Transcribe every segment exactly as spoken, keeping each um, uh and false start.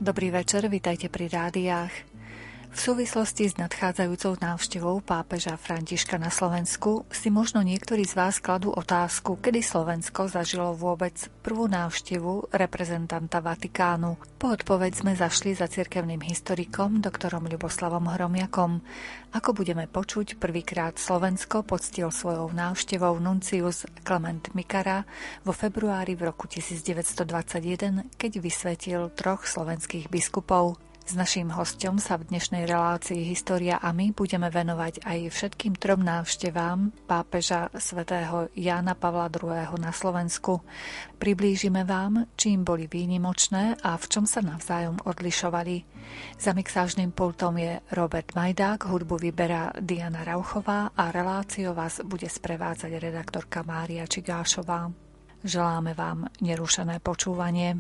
Dobrý večer, vitajte pri rádiách. V súvislosti s nadchádzajúcou návštevou pápeža Františka na Slovensku si možno niektorí z vás kladú otázku, kedy Slovensko zažilo vôbec prvú návštevu reprezentanta Vatikánu. Po odpoveď sme zašli za cirkevným historikom, doktorom Ľuboslavom Hromiakom. Ako budeme počuť, prvýkrát Slovensko poctil svojou návštevou nuncius Klement Mikara vo februári v roku devätnásťstodvadsaťjeden, keď vysvetil troch slovenských biskupov. S naším hosťom sa v dnešnej relácii História a my budeme venovať aj všetkým trom návštevám pápeža svätého Jána Pavla druhého. na Slovensku. Priblížime vám, čím boli výnimočné a v čom sa navzájom odlišovali. Za mixážnym pultom je Robert Majdák, hudbu vyberá Diana Rauchová a reláciu vás bude sprevádzať redaktorka Mária Čigášová. Želáme vám nerušené počúvanie.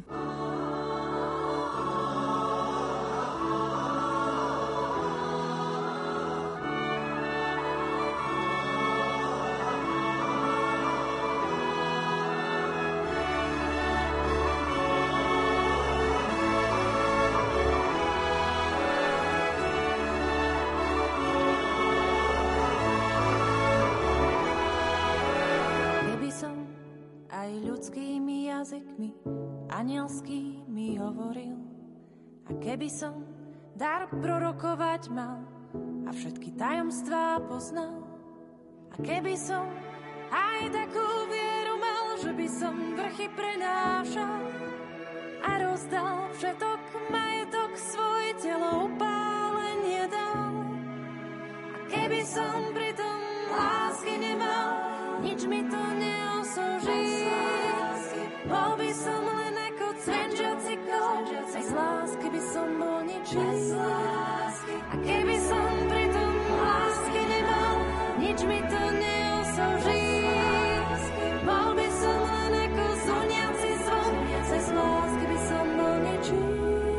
Anielskými hovoril, a keby som dar prorokovať mal a všetky tajomstvá poznal, a keby som aj takú vieru mal, že by som vrchy prenášal a rozdal všetok majetok, svoj telo upálenie dal, a keby som pritom lásky nemal, nič mi to neosoží. Bol by som len ako cvenžiaci kol, bez lásky by som bol ničím. A keby som pritom lásky nemal, nič mi to neosoží. Bol by som len ako zvoniaci zvon, bez lásky by som bol ničím.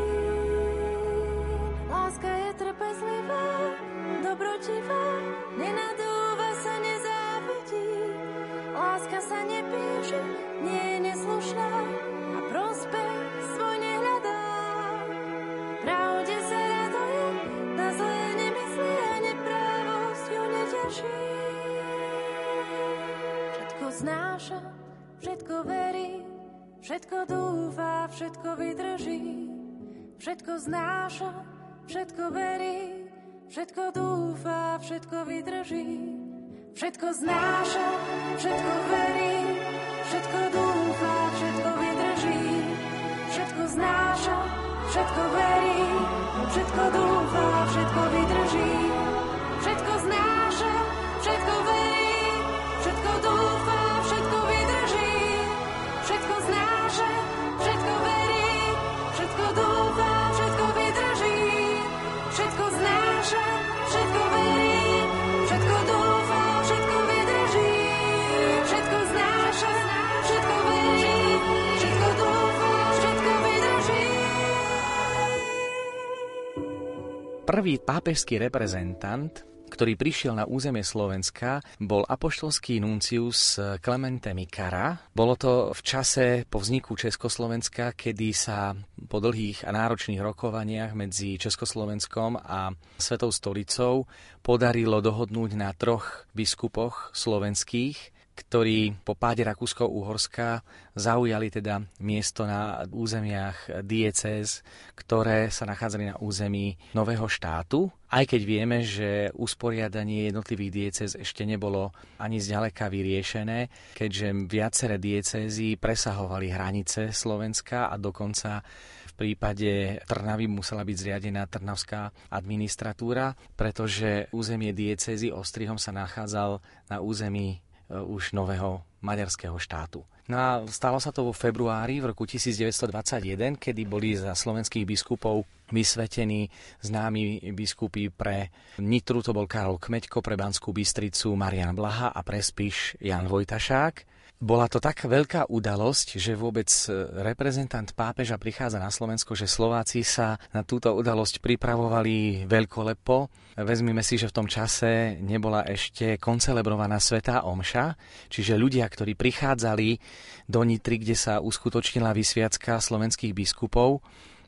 Láska je trpezlivá, dobrotivá, nenadúva sa, nezávidí. Láska sa nepíše, nie je neslušná a prospech svoj nehľadá. Pravde sa raduje, na zlé nemyslí a neprávosť ju neteší. Všetko znáša, všetko verí, všetko dúfa, všetko vydrží. Všetko znáša, všetko verí, všetko dúfa, všetko vydrží. Všetko znáša, všetko verí, všetko dúfa, všetko vydrží. Všetko znáša, všetko verí, všetko dúfa, všetko vydrží. Všetko znáša, všetko verí, všetko dúfa, všetko vydrží. Všetko znáša, všetko verí, všetko dúfa, všetko vydrží. Všetko znáša, všetko verí, všetko dúfa, všetko vydrží. Všetko znáša, všetko verí, všetko dúfa, všetko vydrží. Prvý pápežský reprezentant, ktorý prišiel na územie Slovenska, bol apoštolský nuncius Klement Mikara. Bolo to v čase po vzniku Československa, kedy sa po dlhých a náročných rokovaniach medzi Československom a Svetou stolicou podarilo dohodnúť na troch biskupoch slovenských, ktorí po páde Rakúsko-Uhorska zaujali teda miesto na územiach diecéz, ktoré sa nachádzali na území nového štátu. Aj keď vieme, že usporiadanie jednotlivých diecéz ešte nebolo ani zďaleka vyriešené, keďže viaceré diecézy presahovali hranice Slovenska a dokonca v prípade Trnavy musela byť zriadená trnavská administratúra, pretože územie diecézy Ostrihom sa nachádzal na území už nového maďarského štátu. No a stalo sa to vo februári v roku devätnásťstodvadsaťjeden, kedy boli za slovenských biskupov vysvetení známi biskupy. Pre Nitru to bol Karol Kmeďko, pre Banskú Bystricu Marián Blaha a pre Spiš Jan Vojtašák. Bola to tak veľká udalosť, že vôbec reprezentant pápeža prichádza na Slovensko, že Slováci sa na túto udalosť pripravovali veľkolepo. Vezmime si, že v tom čase nebola ešte koncelebrovaná svätá omša, čiže ľudia, ktorí prichádzali do Nitry, kde sa uskutočnila vysviacka slovenských biskupov,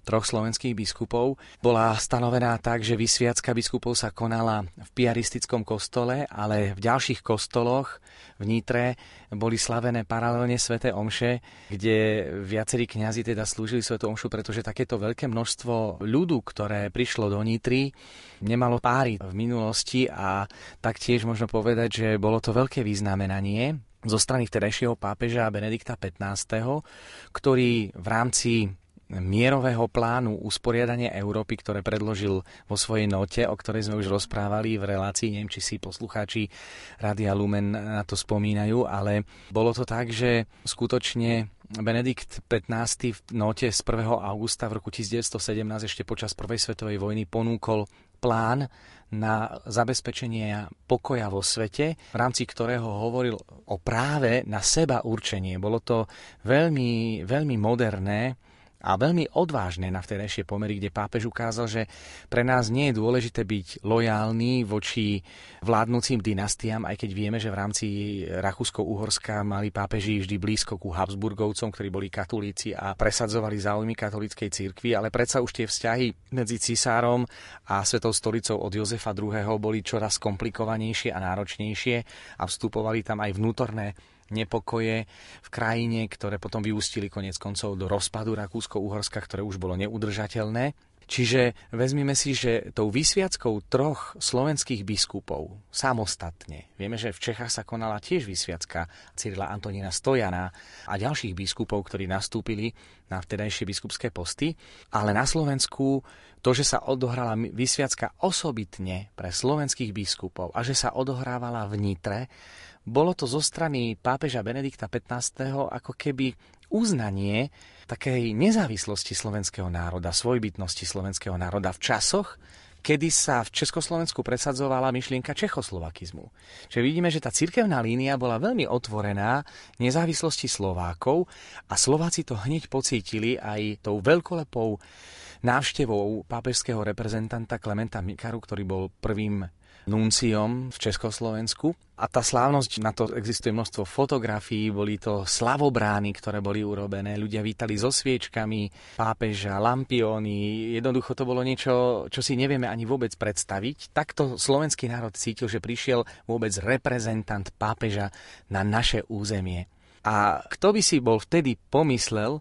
troch slovenských biskupov bola stanovená tak, že vysviacka biskupov sa konala v piaristickom kostole, ale v ďalších kostoloch v Nitre boli slavené paralelne sväté omše, kde viacerí kňazi teda slúžili svätú omšu, pretože takéto veľké množstvo ľudu, ktoré prišlo do Nitry, nemalo páry v minulosti a taktiež možno povedať, že bolo to veľké vyznamenanie zo strany vtedajšieho pápeža Benedikta pätnásteho, ktorý v rámci mierového plánu usporiadania Európy, ktoré predložil vo svojej note, o ktorej sme už rozprávali v relácii, neviem, či si poslucháči Rádia Lumen na to spomínajú, ale bolo to tak, že skutočne Benedikt pätnásty v note z prvého augusta v roku devätnásťstosedemnásť ešte počas prvej svetovej vojny ponúkol plán na zabezpečenie pokoja vo svete, v rámci ktorého hovoril o práve na seba určenie. Bolo to veľmi, veľmi moderné a veľmi odvážne na vtedajšie pomery, kde pápež ukázal, že pre nás nie je dôležité byť lojálny voči vládnúcim dynastiám, aj keď vieme, že v rámci Rakúsko-Uhorska mali pápeži vždy blízko ku Habsburgovcom, ktorí boli katolíci a presadzovali záujmy katolíckej cirkvi, ale predsa už tie vzťahy medzi cisárom a Svetou stolicou od Jozefa druhého. boli čoraz komplikovanejšie a náročnejšie a vstupovali tam aj vnútorné nepokoje v krajine, ktoré potom vyústili koniec koncov do rozpadu Rakúsko-Uhorska, ktoré už bolo neudržateľné. Čiže vezmime si, že tou vysviackou troch slovenských biskupov samostatne, vieme, že v Čechách sa konala tiež vysviacka Cyrila Antonína Stojana a ďalších biskupov, ktorí nastúpili na vtedajšie biskupské posty, ale na Slovensku to, že sa odohrala vysviacka osobitne pre slovenských biskupov a že sa odohrávala v Nitre, bolo to zo strany pápeža Benedikta pätnásteho ako keby uznanie takej nezávislosti slovenského národa, svojbytnosti slovenského národa v časoch, kedy sa v Československu presadzovala myšlienka čechoslovakizmu. Čiže vidíme, že tá cirkevná línia bola veľmi otvorená nezávislosti Slovákov a Slováci to hneď pocítili aj tou veľkolepou návštevou pápežského reprezentanta Klementa Mikaru, ktorý bol prvým nunciom v Československu. A tá slávnosť, na to existuje množstvo fotografií, boli to slavobrány, ktoré boli urobené, ľudia vítali so sviečkami pápeža, lampióny, jednoducho to bolo niečo, čo si nevieme ani vôbec predstaviť. Takto slovenský národ cítil, že prišiel vôbec reprezentant pápeža na naše územie. A kto by si bol vtedy pomyslel,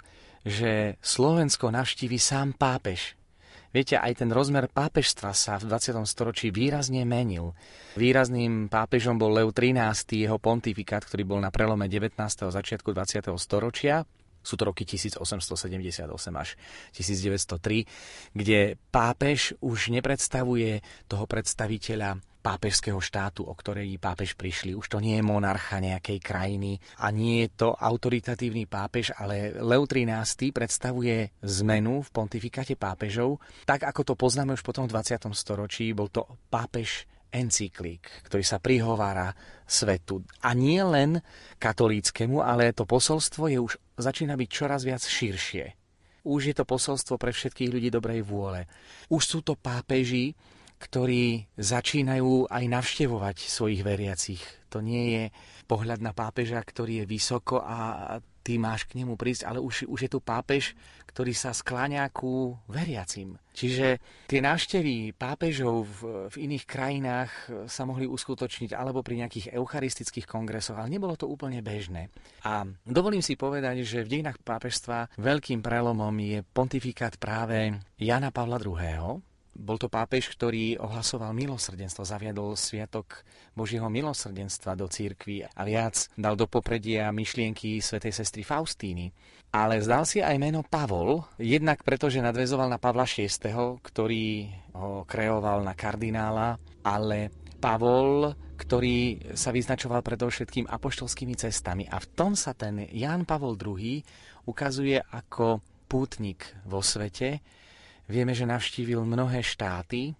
že Slovensko navštívi sám pápež? Viete, aj ten rozmer pápežstva sa v dvadsiatom storočí výrazne menil. Výrazným pápežom bol Leo trinásty, jeho pontifikát, ktorý bol na prelome devätnásteho a začiatku dvadsiateho storočia. Sú to roky tisícosemstosedemdesiatosem až tisícdeväťstotri, kde pápež už nepredstavuje toho predstaviteľa pápežského štátu, o ktorej pápež prišli. Už to nie je monarcha nejakej krajiny a nie je to autoritatívny pápež, ale Leo trinásty predstavuje zmenu v pontifikáte pápežov. Tak, ako to poznáme už potom v dvadsiatom storočí, bol to pápež encyklík, ktorý sa prihovára svetu. A nie len katolíckemu, ale to posolstvo je už začína byť čoraz viac širšie. Už je to posolstvo pre všetkých ľudí dobrej vôle. Už sú to pápeži, ktorí začínajú aj navštevovať svojich veriacich. To nie je pohľad na pápeža, ktorý je vysoko a ty máš k nemu prísť, ale už, už je tu pápež, ktorý sa skláňa ku veriacim. Čiže tie návštevy pápežov v, v iných krajinách sa mohli uskutočniť alebo pri nejakých eucharistických kongresoch, ale nebolo to úplne bežné. A dovolím si povedať, že v dejinách pápežstva veľkým prelomom je pontifikát práve Jana Pavla druhého. Bol to pápež, ktorý ohlasoval milosrdenstvo, zaviadol sviatok Božieho milosrdenstva do cirkvi a viac dal do popredia myšlienky svätej sestry Faustíny. Ale zdal si aj meno Pavol, jednak preto, že nadväzoval na Pavla šiesteho, ktorý ho kreoval na kardinála, ale Pavol, ktorý sa vyznačoval predovšetkým apoštolskými cestami. A v tom sa ten Ján Pavol druhý ukazuje ako pútnik vo svete. Vieme, že navštívil mnohé štáty,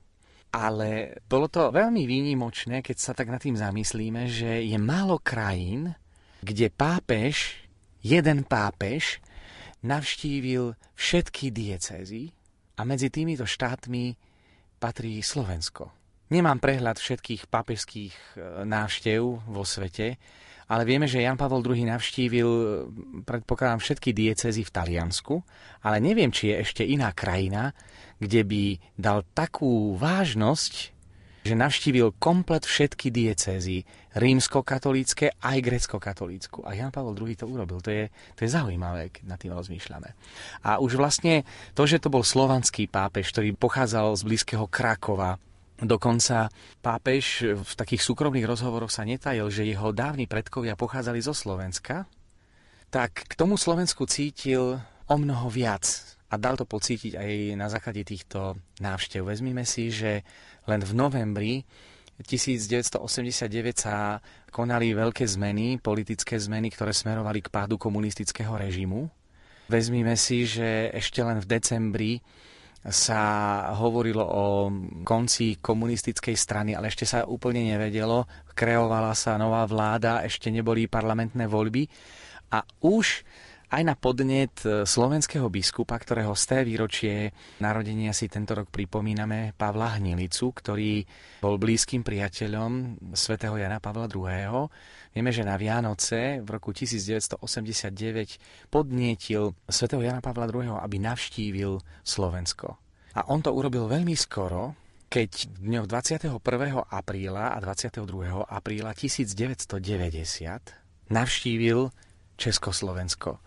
ale bolo to veľmi výnimočné, keď sa tak nad tým zamyslíme, že je málo krajín, kde pápež, jeden pápež, navštívil všetky diecézy a medzi týmito štátmi patrí Slovensko. Nemám prehľad všetkých pápežských návštev vo svete, ale vieme, že Jan Pavol druhý navštívil, predpokladám, všetky diecézy v Taliansku, ale neviem, či je ešte iná krajina, kde by dal takú vážnosť, že navštívil komplet všetky diecézy, rímskokatolícke aj gréckokatolícku. A Jan Pavol druhý to urobil. To je, to je zaujímavé, keď nad tým rozmýšľame. A už vlastne to, že to bol slovanský pápež, ktorý pochádzal z blízkeho Krakova, dokonca pápež v takých súkromných rozhovoroch sa netajil, že jeho dávni predkovia pochádzali zo Slovenska, tak k tomu Slovensku cítil o mnoho viac. A dal to pocítiť aj na základe týchto návštev. Vezmime si, že len v novembri devätnásťstoosemdesiatdeväť sa konali veľké zmeny, politické zmeny, ktoré smerovali k pádu komunistického režimu. Vezmime si, že ešte len v decembri sa hovorilo o konci komunistickej strany, ale ešte sa úplne nevedelo. Kreovala sa nová vláda, ešte neboli parlamentné voľby a už aj na podnet slovenského biskupa, ktorého sté výročie narodenia si tento rok pripomíname, Pavla Hnilicu, ktorý bol blízkym priateľom svätého Jana Pavla druhého. Vieme, že na Vianoce v roku devätnásťstoosemdesiatdeväť podnietil svätého Jana Pavla druhého, aby navštívil Slovensko. A on to urobil veľmi skoro, keď v dňoch dvadsiateho prvého apríla a dvadsiateho druhého apríla devätnásťstodeväťdesiat navštívil Československo.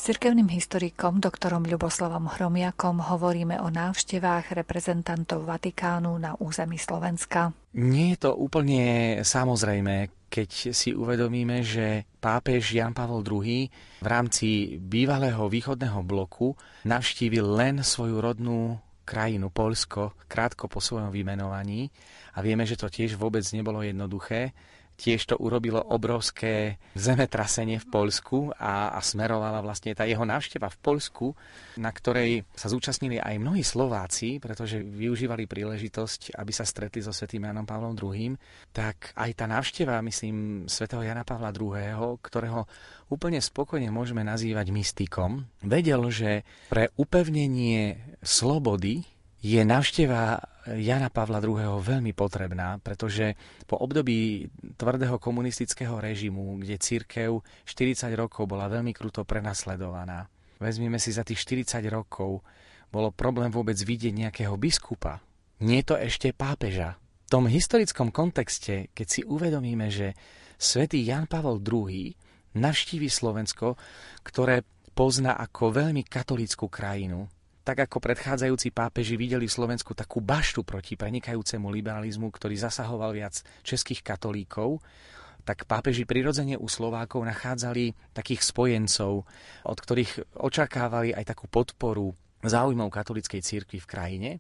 cirkevným historikom doktorom Ľuboslavom Hromiakom hovoríme o návštevách reprezentantov Vatikánu na území Slovenska. Nie je to úplne samozrejme, keď si uvedomíme, že pápež Ján Pavol druhý. v rámci bývalého východného bloku navštívil len svoju rodnú krajinu Poľsko krátko po svojom vymenovaní a vieme, že to tiež vôbec nebolo jednoduché. Tiež to urobilo obrovské zemetrasenie v Poľsku a, a smerovala vlastne tá jeho návšteva v Poľsku, na ktorej sa zúčastnili aj mnohí Slováci, pretože využívali príležitosť, aby sa stretli so svätým Jánom Pavlom druhým. Tak aj tá návšteva, myslím, svätého Jána Pavla druhého., ktorého úplne spokojne môžeme nazývať mystikom, vedel, že pre upevnenie slobody je návšteva Jana Pavla druhého. veľmi potrebná, pretože po období tvrdého komunistického režimu, kde cirkev štyridsať rokov bola veľmi kruto prenasledovaná, vezmime si za tých štyridsať rokov, bolo problém vôbec vidieť nejakého biskupa. Nie to ešte pápeža. V tom historickom kontexte, keď si uvedomíme, že svätý Ján Pavol druhý. navštívi Slovensko, ktoré pozná ako veľmi katolícku krajinu, tak ako predchádzajúci pápeži videli v Slovensku takú baštu proti prenikajúcemu liberalizmu, ktorý zasahoval viac českých katolíkov, tak pápeži prirodzene u Slovákov nachádzali takých spojencov, od ktorých očakávali aj takú podporu záujmov katolíckej cirkvi v krajine.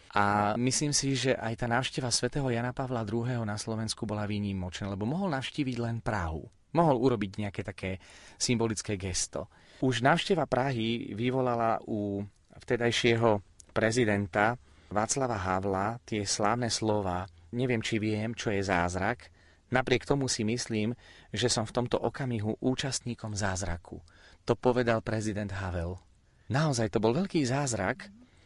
A myslím si, že aj tá návšteva svätého Jana Pavla druhého. na Slovensku bola výnimočná, lebo mohol navštíviť len Prahu. Mohol urobiť nejaké také symbolické gesto. Už návšteva Prahy vyvolala u vtedajšieho prezidenta Václava Havla tie slávne slova: neviem, či viem, čo je zázrak, napriek tomu si myslím, že som v tomto okamihu účastníkom zázraku. To povedal prezident Havel. Naozaj to bol veľký zázrak,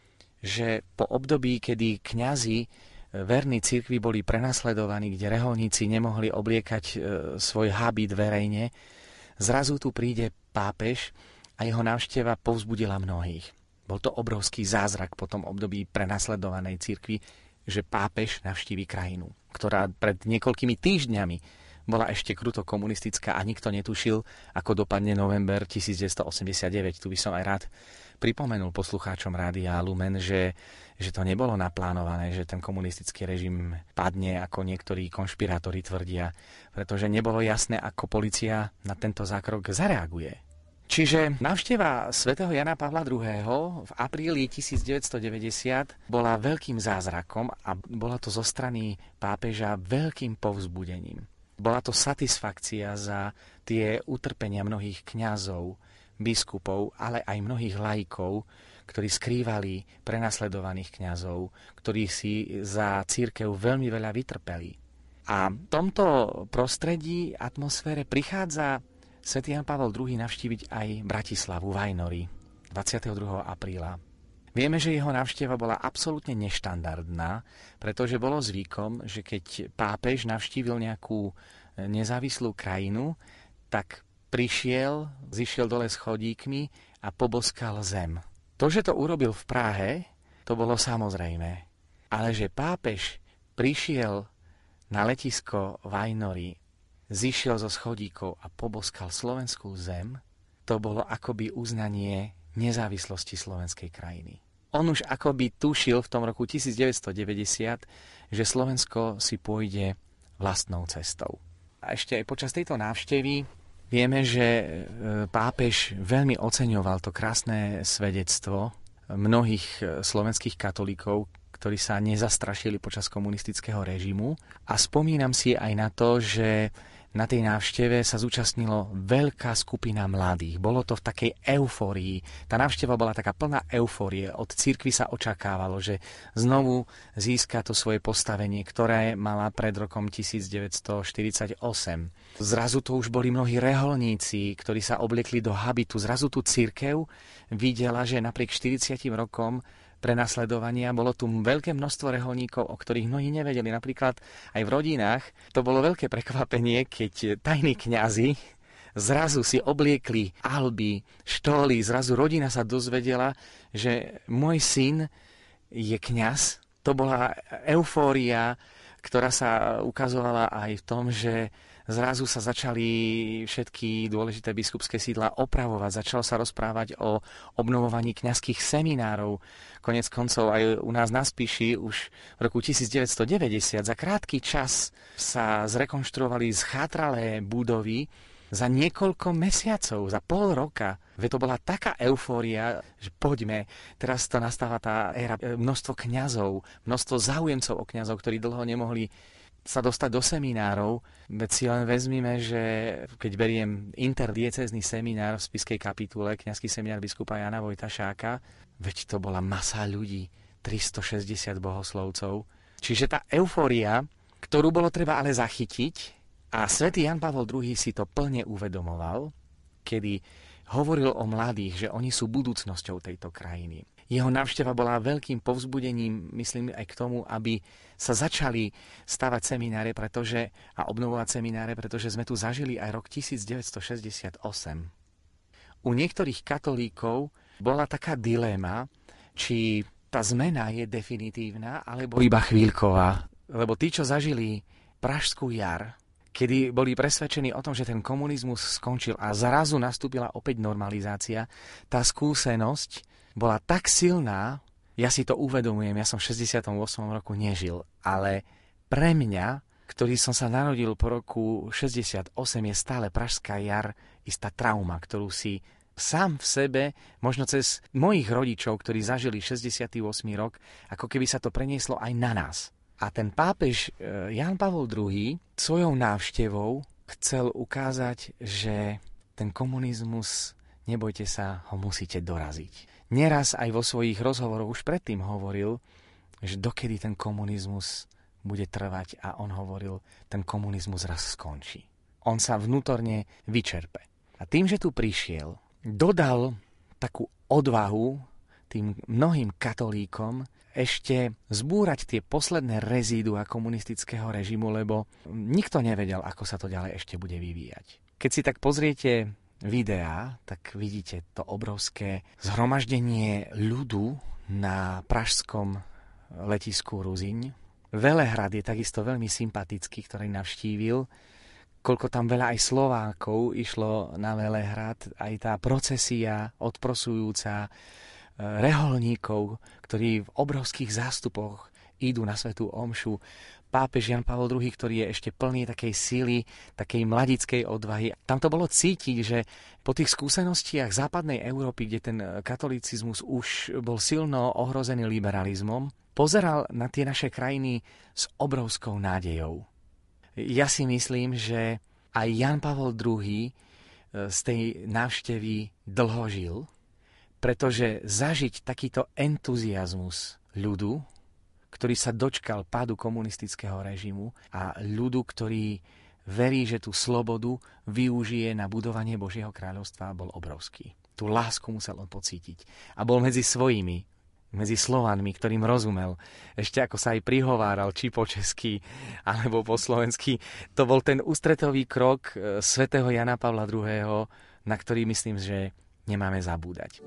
že po období, kedy kňazi verní cirkvi boli prenasledovaní, kde reholníci nemohli obliekať e, svoj habit verejne, zrazu tu príde pápež a jeho návšteva povzbudila mnohých. Bol to obrovský zázrak po tom období prenasledovanej cirkvi, že pápež navštívi krajinu, ktorá pred niekoľkými týždňami bola ešte kruto komunistická a nikto netušil, ako dopadne november devätnásťstoosemdesiatdeväť. Tu by som aj rád pripomenul poslucháčom Rádia Lumen, že, že to nebolo naplánované, že ten komunistický režim padne, ako niektorí konšpirátori tvrdia, pretože nebolo jasné, ako polícia na tento zákrok zareaguje. Čiže návšteva svätého Jana Pavla druhého. v apríli devätnásťstodeväťdesiat bola veľkým zázrakom a bola to zo strany pápeža veľkým povzbudením. Bola to satisfakcia za tie utrpenia mnohých kňazov, biskupov, ale aj mnohých laikov, ktorí skrývali prenasledovaných kňazov, ktorí si za cirkev veľmi veľa vytrpeli. A v tomto prostredí, atmosfére prichádza svätý Ján Pavol druhý. navštíviť aj Bratislavu, Vajnory, dvadsiateho druhého apríla. Vieme, že jeho návšteva bola absolútne neštandardná, pretože bolo zvykom, že keď pápež navštívil nejakú nezávislú krajinu, tak prišiel, zišiel dole schodíkmi a poboskal zem. To, že to urobil v Prahe, to bolo samozrejme. Ale že pápež prišiel na letisko Vajnory, zišiel zo schodíkov a poboskal slovenskú zem, to bolo akoby uznanie nezávislosti slovenskej krajiny. On už akoby tušil v tom roku devätnásťstodeväťdesiat, že Slovensko si pôjde vlastnou cestou. A ešte aj počas tejto návštevy vieme, že pápež veľmi oceňoval to krásne svedectvo mnohých slovenských katolíkov, ktorí sa nezastrašili počas komunistického režimu. A spomínam si aj na to, že na tej návšteve sa zúčastnilo veľká skupina mladých. Bolo to v takej eufórii. Tá návšteva bola taká plná eufórie. Od cirkvi sa očakávalo, že znovu získa to svoje postavenie, ktoré mala pred rokom devätnásťstoštyridsaťosem. Zrazu to už boli mnohí reholníci, ktorí sa obliekli do habitu. Zrazu tu cirkev videla, že napriek štyridsiatim rokom prenasledovania bolo tu veľké množstvo reholníkov, o ktorých mnohí nevedeli. Napríklad aj v rodinách to bolo veľké prekvapenie, keď tajní kňazi zrazu si obliekli alby, štóly, zrazu rodina sa dozvedela, že môj syn je kňaz. To bola eufória, ktorá sa ukazovala aj v tom, že Zrazu sa začali všetky dôležité biskupské sídla opravovať, začalo sa rozprávať o obnovovaní kňazských seminárov. Konec koncov aj u nás na Spiši už v roku devätnásťstodeväťdesiat za krátky čas sa zrekonštruovali zchátralé budovy za niekoľko mesiacov, za pol roka. Veď to bola taká eufória, že poďme, teraz to nastáva tá éra, množstvo kňazov, množstvo záujemcov o kňazov, ktorí dlho nemohli sa dostať do seminárov. Veď si len vezmime, že keď beriem interdiecézny seminár v spišskej kapitule, kňazský seminár biskupa Jana Vojtašáka, veď to bola masa ľudí, tristošesťdesiat bohoslovcov. Čiže tá eufória, ktorú bolo treba ale zachytiť, a svätý Ján Pavol druhý si to plne uvedomoval, kedy hovoril o mladých, že oni sú budúcnosťou tejto krajiny. Jeho návšteva bola veľkým povzbudením, myslím, aj k tomu, aby sa začali stavať semináre pretože, a obnovovať semináre, pretože sme tu zažili aj rok devätnásťstošesťdesiatosem. U niektorých katolíkov bola taká dilema, či tá zmena je definitívna, alebo iba chvíľková. Lebo tí, čo zažili Pražskú jar, kedy boli presvedčení o tom, že ten komunizmus skončil a zrazu nastúpila opäť normalizácia, tá skúsenosť bola tak silná, ja si to uvedomujem, ja som v šesťdesiatom ôsmom roku nežil, ale pre mňa, ktorý som sa narodil po roku šesťdesiatosem, je stále Pražská jar istá trauma, ktorú si sám v sebe, možno cez mojich rodičov, ktorí zažili šesťdesiaty ôsmy rok, ako keby sa to prenieslo aj na nás. A ten pápež Ján Pavol druhý svojou návštevou chcel ukázať, že ten komunizmus, nebojte sa, ho musíte doraziť. Neraz aj vo svojich rozhovoroch už predtým hovoril, že dokedy ten komunizmus bude trvať, a on hovoril, ten komunizmus raz skončí. On sa vnútorne vyčerpe. A tým, že tu prišiel, dodal takú odvahu tým mnohým katolíkom ešte zbúrať tie posledné rezídua komunistického režimu, lebo nikto nevedel, ako sa to ďalej ešte bude vyvíjať. Keď si tak pozriete videá, tak vidíte to obrovské zhromaždenie ľudu na pražskom letisku Ruzyň. Velehrad je takisto veľmi sympatický, ktorý navštívil. Koľko tam veľa aj Slovákov išlo na Velehrad, aj tá procesia odprosujúca reholníkov, ktorí v obrovských zástupoch idú na svätú omšu. Pápež Ján Pavol druhý, ktorý je ešte plný takej síly, takej mladickej odvahy. Tam to bolo cítiť, že po tých skúsenostiach západnej Európy, kde ten katolicizmus už bol silno ohrozený liberalizmom, pozeral na tie naše krajiny s obrovskou nádejou. Ja si myslím, že aj Ján Pavol druhý z tej návštevy dlho žil, pretože zažiť takýto entuziazmus ľudu, ktorý sa dočkal pádu komunistického režimu, a ľudu, ktorý verí, že tú slobodu využije na budovanie Božieho kráľovstva, bol obrovský. Tú lásku musel on pocítiť. A bol medzi svojimi, medzi Slovanmi, ktorým rozumel. Ešte ako sa aj prihováral, či po česky, alebo po slovensky. To bol ten ústretový krok svätého Jana Pavla druhého., na ktorý myslím, že nemáme zabúdať.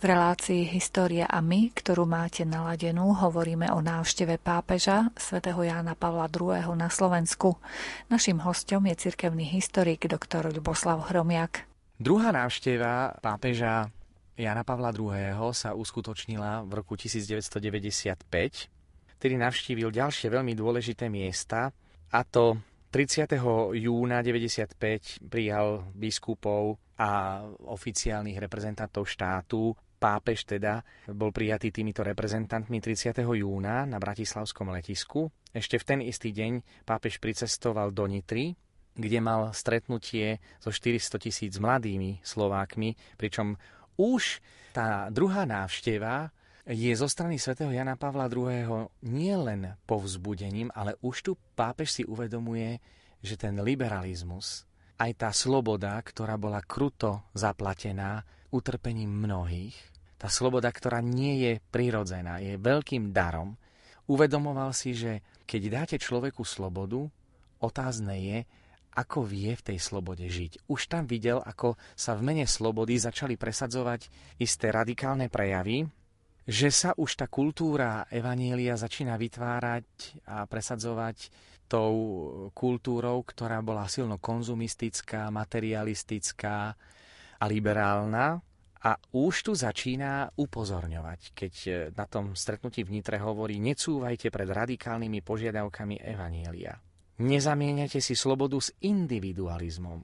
V relácii História a my, ktorú máte naladenú, hovoríme o návšteve pápeža svätého Jána Pavla druhého. na Slovensku. Naším hostom je cirkevný historik doktor Ľuboslav Hromiak. Druhá návšteva pápeža Jána Pavla druhého. sa uskutočnila v roku devätnásťstodeväťdesiatpäť, ktorý navštívil ďalšie veľmi dôležité miesta, a to tridsiateho júna deväťdesiatpäť prijal biskupov a oficiálnych reprezentantov štátu. Pápež teda bol prijatý týmito reprezentantmi tridsiateho júna na bratislavskom letisku. Ešte v ten istý deň pápež pricestoval do Nitry, kde mal stretnutie so štyristo tisíc mladými Slovákmi, pričom už tá druhá návšteva je zo strany svätého Jana Pavla druhého. nielen povzbudením, ale už tu pápež si uvedomuje, že ten liberalizmus, aj tá sloboda, ktorá bola kruto zaplatená utrpením mnohých, tá sloboda, ktorá nie je prirodzená, je veľkým darom, uvedomoval si, že keď dáte človeku slobodu, otázne je, ako vie v tej slobode žiť. Už tam videl, ako sa v mene slobody začali presadzovať isté radikálne prejavy, že sa už tá kultúra evanjelia začína vytvárať a presadzovať tou kultúrou, ktorá bola silno konzumistická, materialistická a liberálna. A už tu začína upozorňovať, keď na tom stretnutí v Nitre hovorí: necúvajte pred radikálnymi požiadavkami evanjelia. Nezamieňajte si slobodu s individualizmom.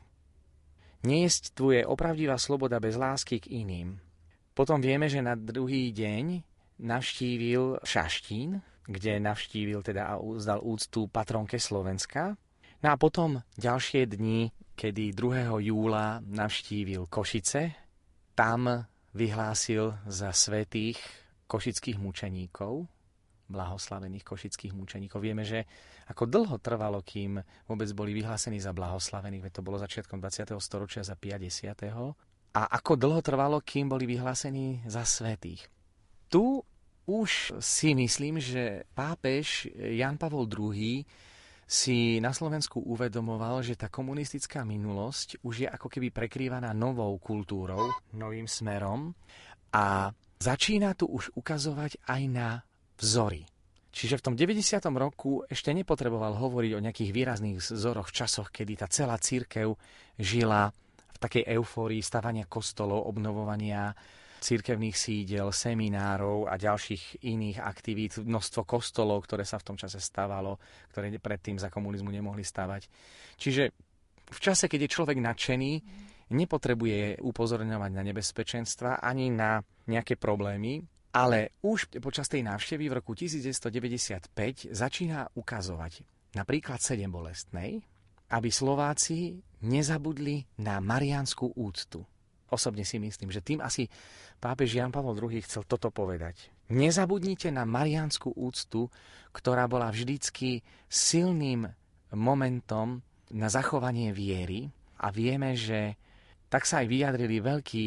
Nejestvuje opravdivá sloboda bez lásky k iným. Potom vieme, že na druhý deň navštívil Šaštín, kde navštívil teda a uzdal úctu patronke Slovenska. No a potom ďalšie dni, kedy druhého júla navštívil Košice, tam vyhlásil za svätých košických mučeníkov, blahoslavených košických mučeníkov. Vieme, že ako dlho trvalo, kým vôbec boli vyhlásení za blahoslavených, veď to bolo začiatkom dvadsiateho storočia za päťdesiateho. A ako dlho trvalo, kým boli vyhlásení za svätých. Tu už si myslím, že pápež Ján Pavol druhý. si na Slovensku uvedomoval, že tá komunistická minulosť už je ako keby prekrývaná novou kultúrou, novým smerom, a začína tu už ukazovať aj na vzory. Čiže v tom deväťdesiatom roku ešte nepotreboval hovoriť o nejakých výrazných vzoroch v časoch, kedy tá celá cirkev žila v takej eufórii stavania kostolov, obnovovania cirkevných sídel, seminárov a ďalších iných aktivít, množstvo kostolov, ktoré sa v tom čase stavalo, ktoré predtým za komunizmu nemohli stavať. Čiže v čase, keď je človek nadšený, nepotrebuje upozorňovať na nebezpečenstva ani na nejaké problémy, ale už počas tej návštevy v roku devätnásťstodeväťdesiatpäť začína ukazovať napríklad sedembolestnej, aby Slováci nezabudli na mariánsku úctu. Osobne si myslím, že tým asi pápež Ján Pavol druhý. chcel toto povedať. Nezabudnite na mariánsku úctu, ktorá bola vždycky silným momentom na zachovanie viery, a vieme, že tak sa aj vyjadrili veľkí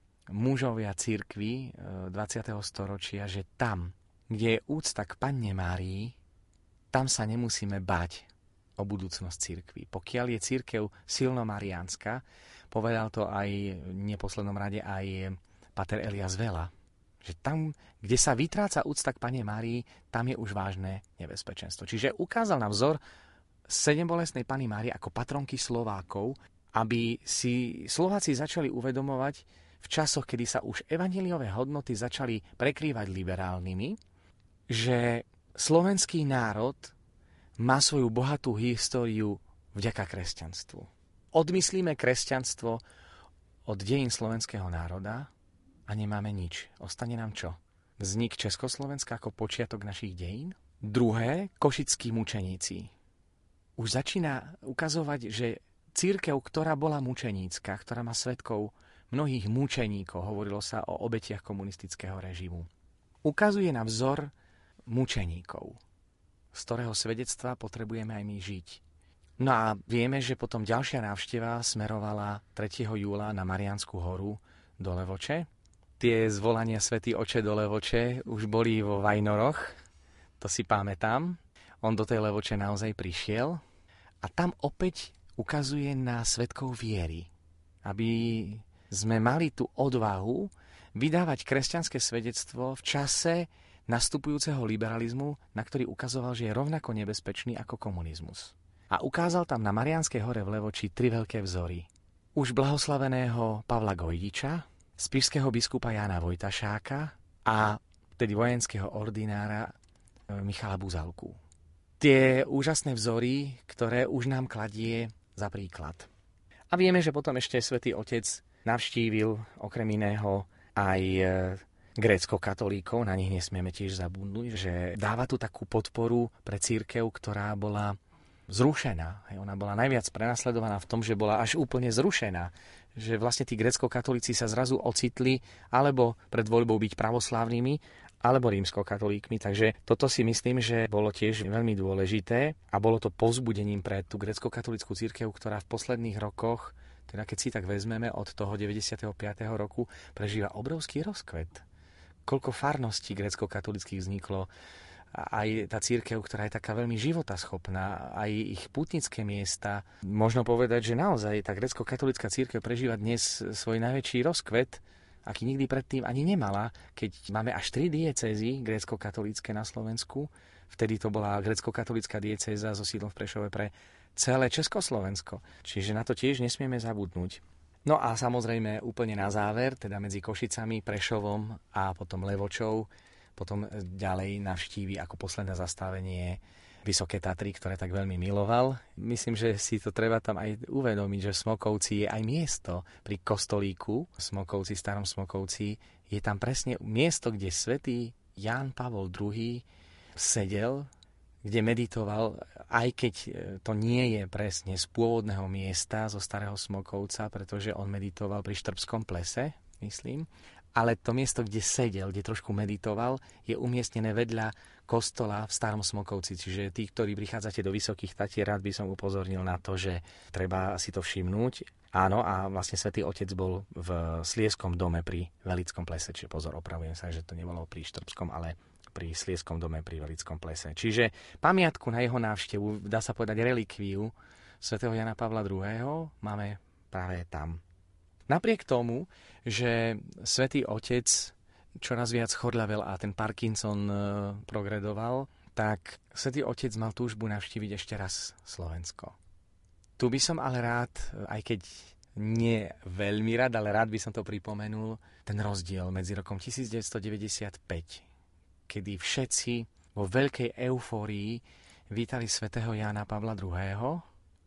mužovia cirkvi dvadsiateho storočia, že tam, kde je úcta k Panne Márii, tam sa nemusíme báť o budúcnosť cirkvi. Pokiaľ je cirkev silno mariánska, povedal to aj v neposlednom rade aj páter Elias Vela, že tam, kde sa vytráca úcta k Panne Márii, tam je už vážne nebezpečenstvo. Čiže ukázal na vzor sedembolestnej Panny Márie ako patronky Slovákov, aby si Slováci začali uvedomovať v časoch, kedy sa už evanjeliové hodnoty začali prekrývať liberálnymi, že slovenský národ má svoju bohatú históriu vďaka kresťanstvu. Odmyslíme kresťanstvo od dejín slovenského národa a nemáme nič. Ostane nám čo? Vznik Československa ako počiatok našich dejín? Druhé, košickí mučeníci. Už začína ukazovať, že cirkev, ktorá bola mučenícka, ktorá má svedkov mnohých mučeníkov, hovorilo sa o obetiach komunistického režimu, ukazuje na vzor mučeníkov, z ktorého svedectva potrebujeme aj my žiť. No a vieme, že potom ďalšia návšteva smerovala tretieho júla na Mariánsku horu do Levoče. Tie zvolania Svätý Oče do Levoče už boli vo Vajnoroch, to si pamätám. On do tej Levoče naozaj prišiel a tam opäť ukazuje na svedkov viery, aby sme mali tú odvahu vydávať kresťanské svedectvo v čase nastupujúceho liberalizmu, na ktorý ukazoval, že je rovnako nebezpečný ako komunizmus. A ukázal tam na Mariánskej hore v Levoči tri veľké vzory. Už blahoslaveného Pavla Gojdiča, spišského biskupa Jána Vojtašáka a tedy vojenského ordinára Michala Buzalku. Tie úžasné vzory, ktoré už nám kladie za príklad. A vieme, že potom ešte Svätý Otec navštívil okrem iného aj grécko-katolíkov, na nich nesmieme tiež zabudnúť, že dáva tu takú podporu pre cirkev, ktorá bola zrušená. Ona bola najviac prenasledovaná v tom, že bola až úplne zrušená. Že vlastne tí grécko-katolíci sa zrazu ocitli alebo pred voľbou byť pravoslávnymi, alebo rímskokatolíkmi. Takže toto si myslím, že bolo tiež veľmi dôležité a bolo to povzbudením pre tú grécko-katolícku cirkev, ktorá v posledných rokoch, teda keď si tak vezmeme od toho deväťdesiateho piateho roku, prežíva obrovský rozkvet. Koľko farností grécko-katolíckych vzniklo, aj tá cirkev, ktorá je taká veľmi životaschopná, aj ich pútnické miesta. Možno povedať, že naozaj tá grécko-katolícka cirkev prežíva dnes svoj najväčší rozkvet, aký nikdy predtým ani nemala, keď máme až tri diecézy grécko-katolícke na Slovensku. Vtedy to bola grécko-katolícka diecéza so sídlom v Prešove pre celé Československo. Čiže na to tiež nesmieme zabudnúť. No a samozrejme úplne na záver, teda medzi Košicami, Prešovom a potom Levočou, potom ďalej navštívi ako posledné zastavenie Vysoké Tatry, ktoré tak veľmi miloval. Myslím, že si to treba tam aj uvedomiť, že v Smokovci je aj miesto pri kostolíku Smokovci, starom Smokovci. Je tam presne miesto, kde svätý Ján Pavol druhý sedel, kde meditoval, aj keď to nie je presne z pôvodného miesta, zo starého Smokovca, pretože on meditoval pri Štrbskom plese, myslím. Ale to miesto, kde sedel, kde trošku meditoval, je umiestnené vedľa kostola v starom Smokovci. Čiže tí, ktorí prichádzate do Vysokých Tatier, rád by som upozornil na to, že treba si to všimnúť. Áno, a vlastne Svätý Otec bol v Slieskom dome pri Velickom plese. Čiže pozor, opravujem sa, že to nebolo pri Štrbskom, ale pri Slieskom dome pri Velickom plese. Čiže pamiatku na jeho návštevu, dá sa povedať relikviu svätého Jana Pavla druhého. máme práve tam. Napriek tomu, že Svätý Otec čoraz viac chorľavel a ten Parkinson progredoval, tak Svätý Otec mal túžbu navštíviť ešte raz Slovensko. Tu by som ale rád, aj keď nie veľmi rád, ale rád by som to pripomenul, ten rozdiel medzi rokom devätnásťstodeväťdesiatpäť, kedy všetci vo veľkej eufórii vítali svätého Jána Pavla druhého.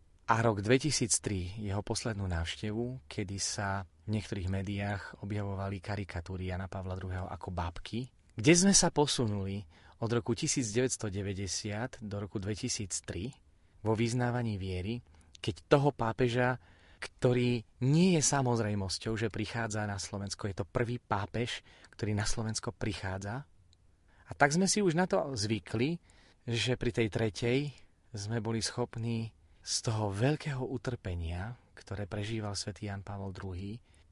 A rok dvetisíctri, jeho poslednú návštevu, kedy sa v niektorých médiách objavovali karikatúry Jana Pavla druhého ako bábky, kde sme sa posunuli od roku devätnásťstodeväťdesiat do roku dvetisíctri vo vyznávaní viery, keď toho pápeža, ktorý nie je samozrejmosťou, že prichádza na Slovensko, je to prvý pápež, ktorý na Slovensko prichádza. A tak sme si už na to zvykli, že pri tej tretej sme boli schopní z toho veľkého utrpenia, ktoré prežíval svätý Ján Pavol druhý,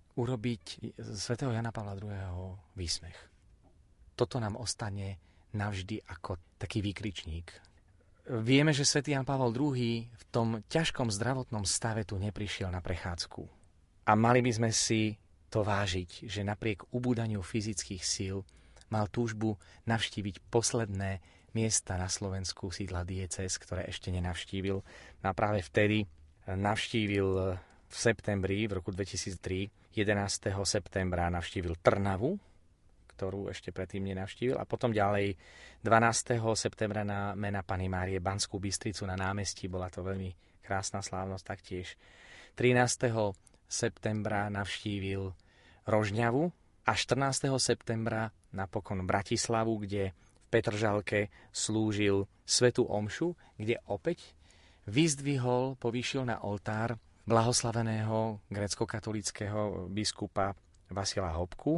urobiť svätého Jana Pavla druhého výsmech. Toto nám ostane navždy ako taký výkričník. Vieme, že svätý Ján Pavol druhý v tom ťažkom zdravotnom stave tu neprišiel na prechádzku. A mali by sme si to vážiť, že napriek ubúdaniu fyzických síl mal túžbu navštíviť posledné miesta na Slovensku, sídla diecéz, ktoré ešte nenavštívil. A práve vtedy navštívil v septembri, v roku dvetisíctri, jedenásteho septembra navštívil Trnavu, ktorú ešte predtým nenavštívil, a potom ďalej dvanásteho septembra na mena Panny Márie Banskú Bystricu na námestí, bola to veľmi krásna slávnosť taktiež. trinásteho septembra navštívil Rožňavu a štrnásteho septembra napokon Bratislavu, kde Petržalke slúžil svätú omšu, kde opäť vyzdvihol, povýšil na oltár blahoslaveného grécko-katolického biskupa Vasila Hopku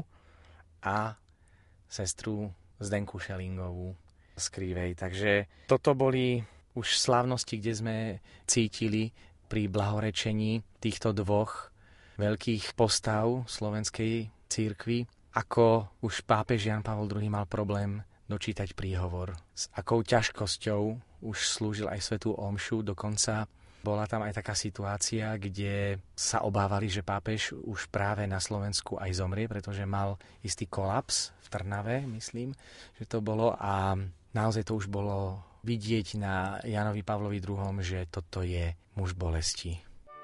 a sestru Zdenku Šelingovú z Krivej. Takže toto boli už slávnosti, kde sme cítili pri blahorečení týchto dvoch veľkých postav slovenskej cirkvi, ako už pápež Ján Pavol druhý mal problém dočítať príhovor. S akou ťažkosťou už slúžil aj svätú omšu, dokonca Bola tam aj taká situácia, kde sa obávali, že pápež už práve na Slovensku aj zomrie, pretože mal istý kolaps v Trnave, myslím, že to bolo. A naozaj to už bolo vidieť na Jánovi Pavlovi druhom, že toto je muž bolesti.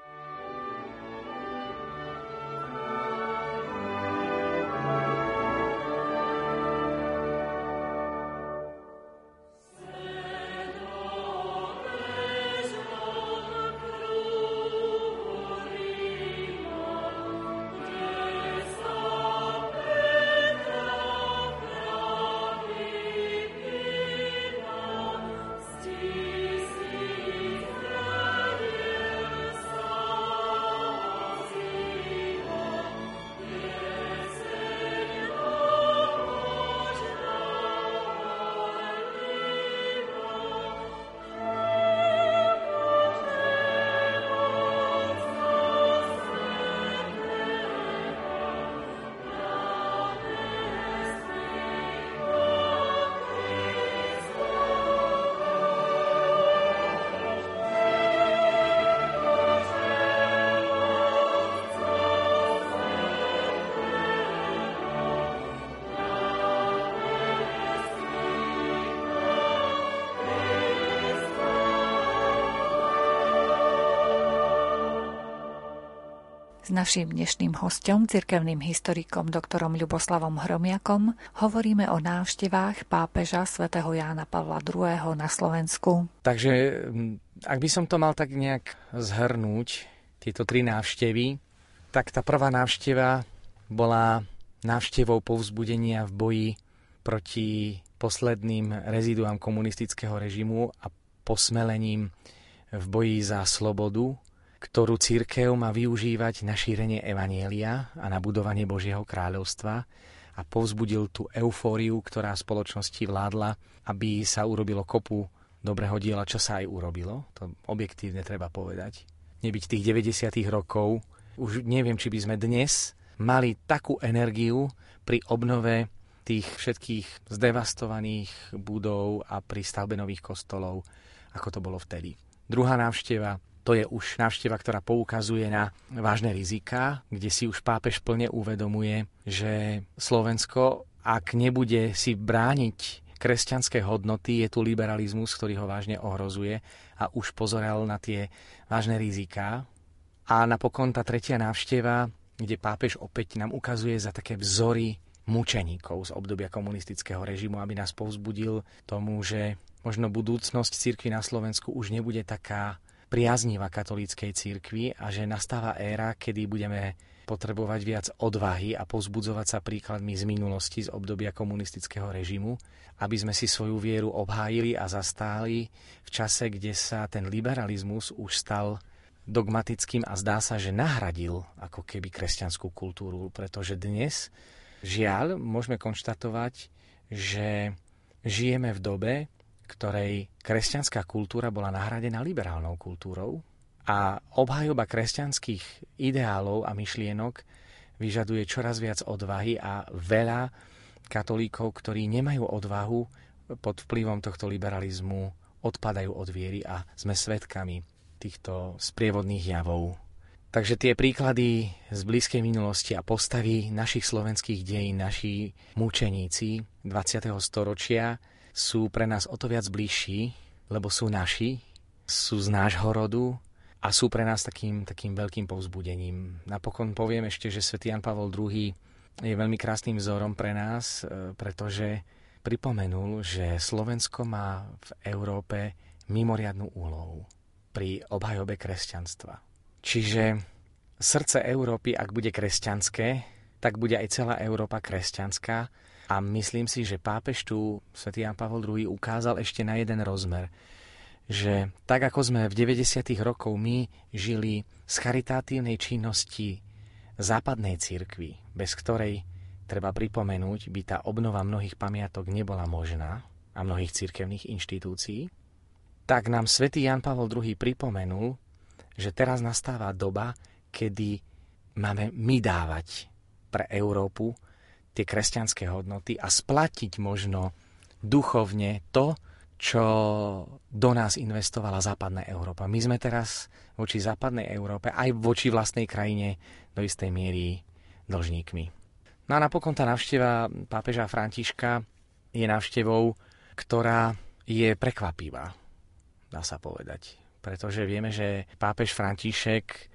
S naším dnešným hosťom, cirkevným historikom doktorom Ľuboslavom Hromiakom, hovoríme o návštevách pápeža svätého Jána Pavla druhého. na Slovensku. Takže ak by som to mal tak nejak zhrnúť, tieto tri návštevy, tak tá prvá návšteva bola návštevou povzbudenia v boji proti posledným reziduám komunistického režimu a posmelením v boji za slobodu, ktorú cirkev má využívať na šírenie evanjelia a na budovanie Božieho kráľovstva, a povzbudil tú eufóriu, ktorá v spoločnosti vládla, aby sa urobilo kopu dobrého diela, čo sa aj urobilo. To objektívne treba povedať. Nebyť tých deväťdesiatych rokov, už neviem, či by sme dnes mali takú energiu pri obnove tých všetkých zdevastovaných budov a pri stavbe nových kostolov, ako to bolo vtedy. Druhá návšteva, to je už návšteva, ktorá poukazuje na vážne riziká, kde si už pápež plne uvedomuje, že Slovensko, ak nebude si brániť kresťanské hodnoty, je tu liberalizmus, ktorý ho vážne ohrozuje, a už pozeral na tie vážne riziká. A napokon tá tretia návšteva, kde pápež opäť nám ukazuje za také vzory mučeníkov z obdobia komunistického režimu, aby nás povzbudil tomu, že možno budúcnosť cirkvi na Slovensku už nebude taká priaznivá katolíckej cirkvi a že nastáva éra, kedy budeme potrebovať viac odvahy a povzbudzovať sa príkladmi z minulosti, z obdobia komunistického režimu, aby sme si svoju vieru obhájili a zastáli v čase, kde sa ten liberalizmus už stal dogmatickým a zdá sa, že nahradil ako keby kresťanskú kultúru, pretože dnes, žiaľ, môžeme konštatovať, že žijeme v dobe, ktorej kresťanská kultúra bola nahradená liberálnou kultúrou a obhajoba kresťanských ideálov a myšlienok vyžaduje čoraz viac odvahy a veľa katolíkov, ktorí nemajú odvahu, pod vplyvom tohto liberalizmu odpadajú od viery a sme svedkami týchto sprievodných javov. Takže tie príklady z blízkej minulosti a postavy našich slovenských dejín, naši mučeníci dvadsiateho storočia sú pre nás o to viac bližší, lebo sú naši, sú z nášho rodu a sú pre nás takým, takým veľkým povzbudením. Napokon poviem ešte, že svätý Ján Pavol druhý. je veľmi krásnym vzorom pre nás, pretože pripomenul, že Slovensko má v Európe mimoriadnu úlohu pri obhajobe kresťanstva. Čiže srdce Európy, ak bude kresťanské, tak bude aj celá Európa kresťanská. A myslím si, že pápež tu, svätý Ján Pavol druhý. ukázal ešte na jeden rozmer, že tak ako sme v deväťdesiatych rokoch my žili z charitatívnej činnosti západnej cirkvi, bez ktorej, treba pripomenúť, by tá obnova mnohých pamiatok nebola možná a mnohých cirkevných inštitúcií, tak nám svätý Ján Pavol druhý. pripomenul, že teraz nastáva doba, kedy máme my dávať pre Európu tie kresťanské hodnoty a splatiť možno duchovne to, čo do nás investovala západná Európa. My sme teraz voči západnej Európe, aj voči vlastnej krajine do istej miery dlžníkmi. No a napokon tá návšteva pápeža Františka je návštevou, ktorá je prekvapivá, dá sa povedať. Pretože vieme, že pápež František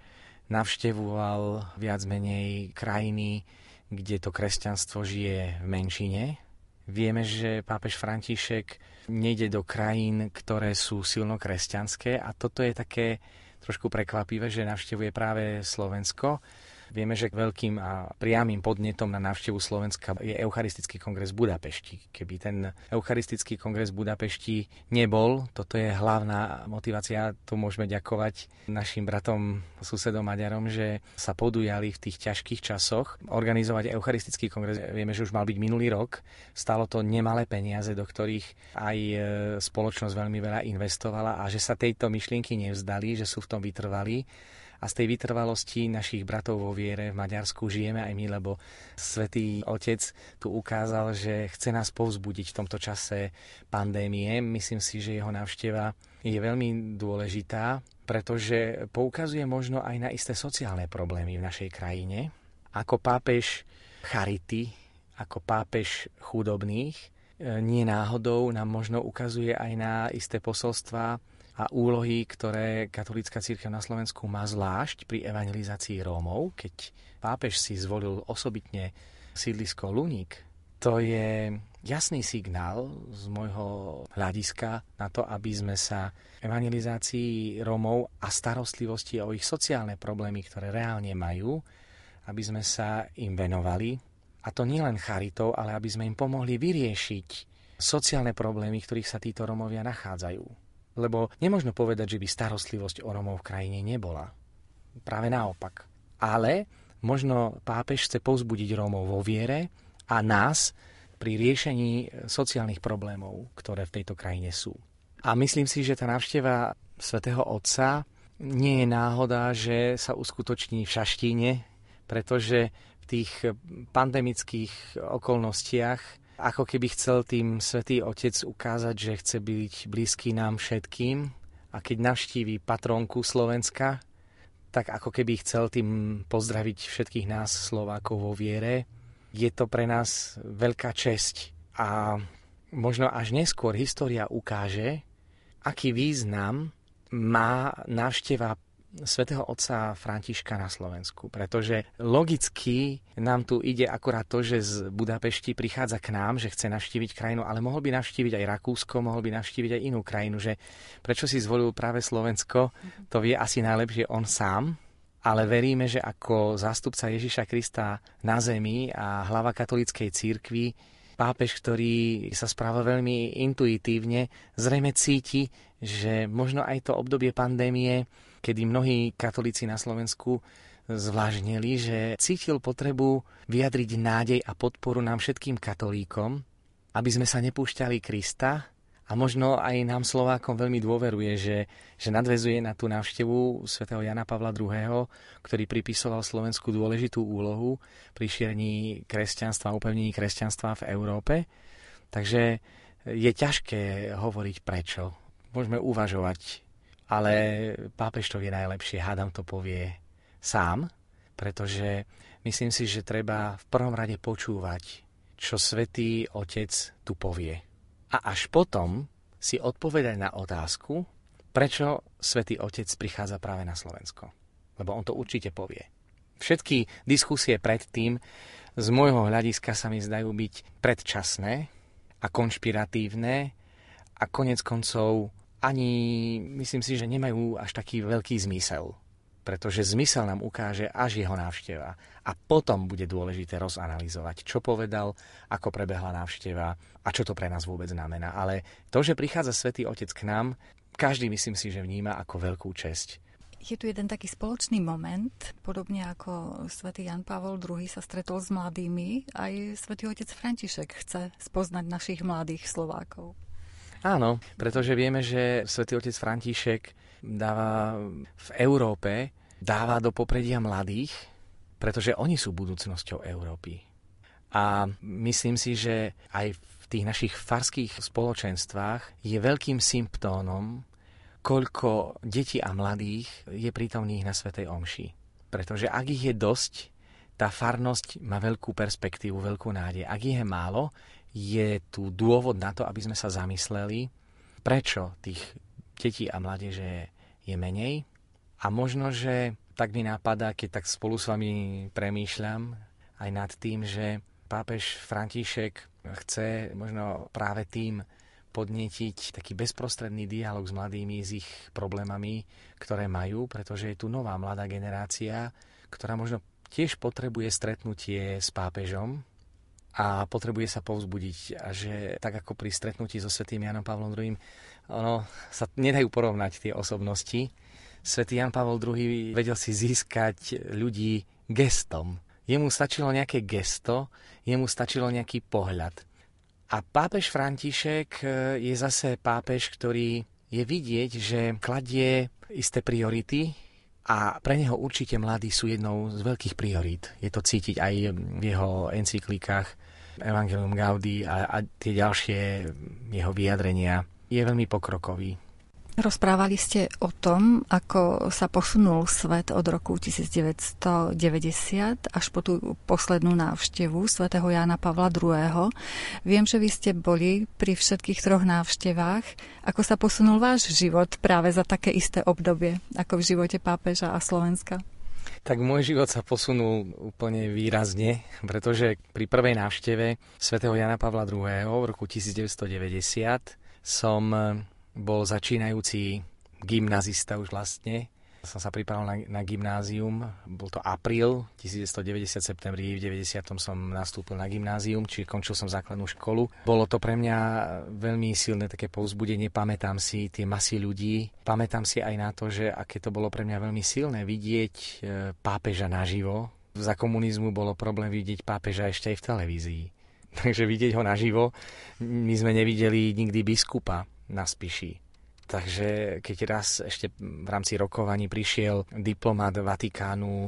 navštevoval viac menej krajiny, kde to kresťanstvo žije v menšine. Vieme, že pápež František nejde do krajín, ktoré sú silno kresťanské, a toto je také trošku prekvapivé, že navštevuje práve Slovensko. Vieme, že veľkým a priamym podnetom na návštevu Slovenska je Eucharistický kongres v Budapešti. Keby ten Eucharistický kongres v Budapešti nebol, toto je hlavná motivácia, tu môžeme ďakovať našim bratom, susedom Maďarom, že sa podujali v tých ťažkých časoch organizovať Eucharistický kongres. Vieme, že už mal byť minulý rok. Stalo to nemalé peniaze, do ktorých aj spoločnosť veľmi veľa investovala, a že sa tejto myšlienky nevzdali, že sú v tom vytrvalí. A z tej vytrvalosti našich bratov vo viere v Maďarsku žijeme aj my, lebo Svätý Otec tu ukázal, že chce nás povzbudiť v tomto čase pandémie. Myslím si, že jeho návšteva je veľmi dôležitá, pretože poukazuje možno aj na isté sociálne problémy v našej krajine. Ako pápež charity, ako pápež chudobných, nie náhodou nám možno ukazuje aj na isté posolstvá a úlohy, ktoré katolícka cirkev na Slovensku má zvlášť pri evangelizácii Rómov. Keď pápež si zvolil osobitne sídlisko Luník, to je jasný signál z môjho hľadiska na to, aby sme sa evangelizácii Rómov a starostlivosti o ich sociálne problémy, ktoré reálne majú, aby sme sa im venovali. A to nielen charitou, ale aby sme im pomohli vyriešiť sociálne problémy, v ktorých sa títo Rómovia nachádzajú. Lebo nemožno povedať, že by starostlivosť o Rómov v krajine nebola. Práve naopak. Ale možno pápež chce povzbudiť Rómov vo viere a nás pri riešení sociálnych problémov, ktoré v tejto krajine sú. A myslím si, že tá návšteva svätého Otca nie je náhoda, že sa uskutoční v Šaštíne, pretože v tých pandemických okolnostiach ako keby chcel tým Svätý Otec ukázať, že chce byť blízky nám všetkým, a keď navštíví patrónku Slovenska, tak ako keby chcel tým pozdraviť všetkých nás Slovákov vo viere. Je to pre nás veľká česť a možno až neskôr história ukáže, aký význam má návšteva svätého Otca Františka na Slovensku, pretože logicky nám tu ide akurát to, že z Budapešti prichádza k nám, že chce navštíviť krajinu, ale mohol by navštíviť aj Rakúsko, mohol by navštíviť aj inú krajinu, že prečo si zvolil práve Slovensko, to vie asi najlepšie on sám, ale veríme, že ako zástupca Ježiša Krista na zemi a hlava katolíckej cirkvi, pápež, ktorý sa správa veľmi intuitívne, zrejme cíti, že možno aj to obdobie pandémie, kedy mnohí katolíci na Slovensku zvláštnili, že cítil potrebu vyjadriť nádej a podporu nám všetkým katolíkom, aby sme sa nepúšťali Krista, a možno aj nám Slovákom veľmi dôveruje, že, že nadväzuje na tú návštevu svätého Jana Pavla druhého., ktorý pripisoval Slovensku dôležitú úlohu pri šírení kresťanstva a upevnení kresťanstva v Európe. Takže je ťažké hovoriť prečo. Môžeme uvažovať, ale pápež to vie najlepšie, hádam to povie sám, pretože myslím si, že treba v prvom rade počúvať, čo Svätý Otec tu povie. A až potom si odpovedať na otázku, prečo Svätý Otec prichádza práve na Slovensko. Lebo on to určite povie. Všetky diskusie predtým z môjho hľadiska sa mi zdajú byť predčasné a konšpiratívne a konec koncov ani myslím si, že nemajú až taký veľký zmysel. Pretože zmysel nám ukáže až jeho návšteva. A potom bude dôležité rozanalizovať, čo povedal, ako prebehla návšteva a čo to pre nás vôbec znamená. Ale to, že prichádza Svätý Otec k nám, každý myslím si, že vníma ako veľkú česť. Je tu jeden taký spoločný moment, podobne ako svätý Jan Pavol druhý. sa stretol s mladými, aj Svätý Otec František chce spoznať našich mladých Slovákov. Áno, pretože vieme, že Svätý Otec František dáva v Európe, dáva do popredia mladých, pretože oni sú budúcnosťou Európy. A myslím si, že aj v tých našich farských spoločenstvách je veľkým symptómom, koľko detí a mladých je prítomných na svätej omši. Pretože ak ich je dosť, tá farnosť má veľkú perspektívu, veľkú nádej. Ak ich je málo, je tu dôvod na to, aby sme sa zamysleli, prečo tých detí a mládeže je menej. A možno, že tak mi napadá, keď tak spolu s vami premýšľam aj nad tým, že pápež František chce možno práve tým podnietiť taký bezprostredný dialog s mladými, s ich problémami, ktoré majú, pretože je tu nová mladá generácia, ktorá možno tiež potrebuje stretnutie s pápežom a potrebuje sa povzbudiť. A že tak ako pri stretnutí so svätým Jánom Pavlom druhým, ono sa nedajú porovnať tie osobnosti. Svätý Ján Pavol druhý vedel si získať ľudí gestom. Jemu stačilo nejaké gesto, jemu stačilo nejaký pohľad. A pápež František je zase pápež, ktorý je vidieť, že kladie isté priority a pre neho určite mladí sú jednou z veľkých priorít. Je to cítiť aj v jeho encyklikách Evangelium Gaudii a, a tie ďalšie jeho vyjadrenia. Je veľmi pokrokový. Rozprávali ste o tom, ako sa posunul svet od roku devätnásťstodeväťdesiat až po tú poslednú návštevu svätého Jána Pavla druhého. Viem, že vy ste boli pri všetkých troch návštevách. Ako sa posunul váš život práve za také isté obdobie, ako v živote pápeža a Slovenska? Tak môj život sa posunul úplne výrazne, pretože pri prvej návšteve svätého Jána Pavla druhého v roku devätnásťstodeväťdesiat som bol začínajúci gymnazista už vlastne. Som sa pripravil na, na gymnázium. Bol to apríl devätnásťstodeväťdesiat, septembri v deväťdesiatom som nastúpil na gymnázium, čiže končil som základnú školu. Bolo to pre mňa veľmi silné také povzbudenie. Pamätám si tie masy ľudí. Pamätám si aj na to, že aké to bolo pre mňa veľmi silné vidieť pápeža naživo. Za komunizmu bolo problém vidieť pápeža ešte aj v televízii. Takže vidieť ho naživo, my sme nevideli nikdy biskupa na Spiši. Takže keď raz ešte v rámci rokovaní prišiel diplomat Vatikánu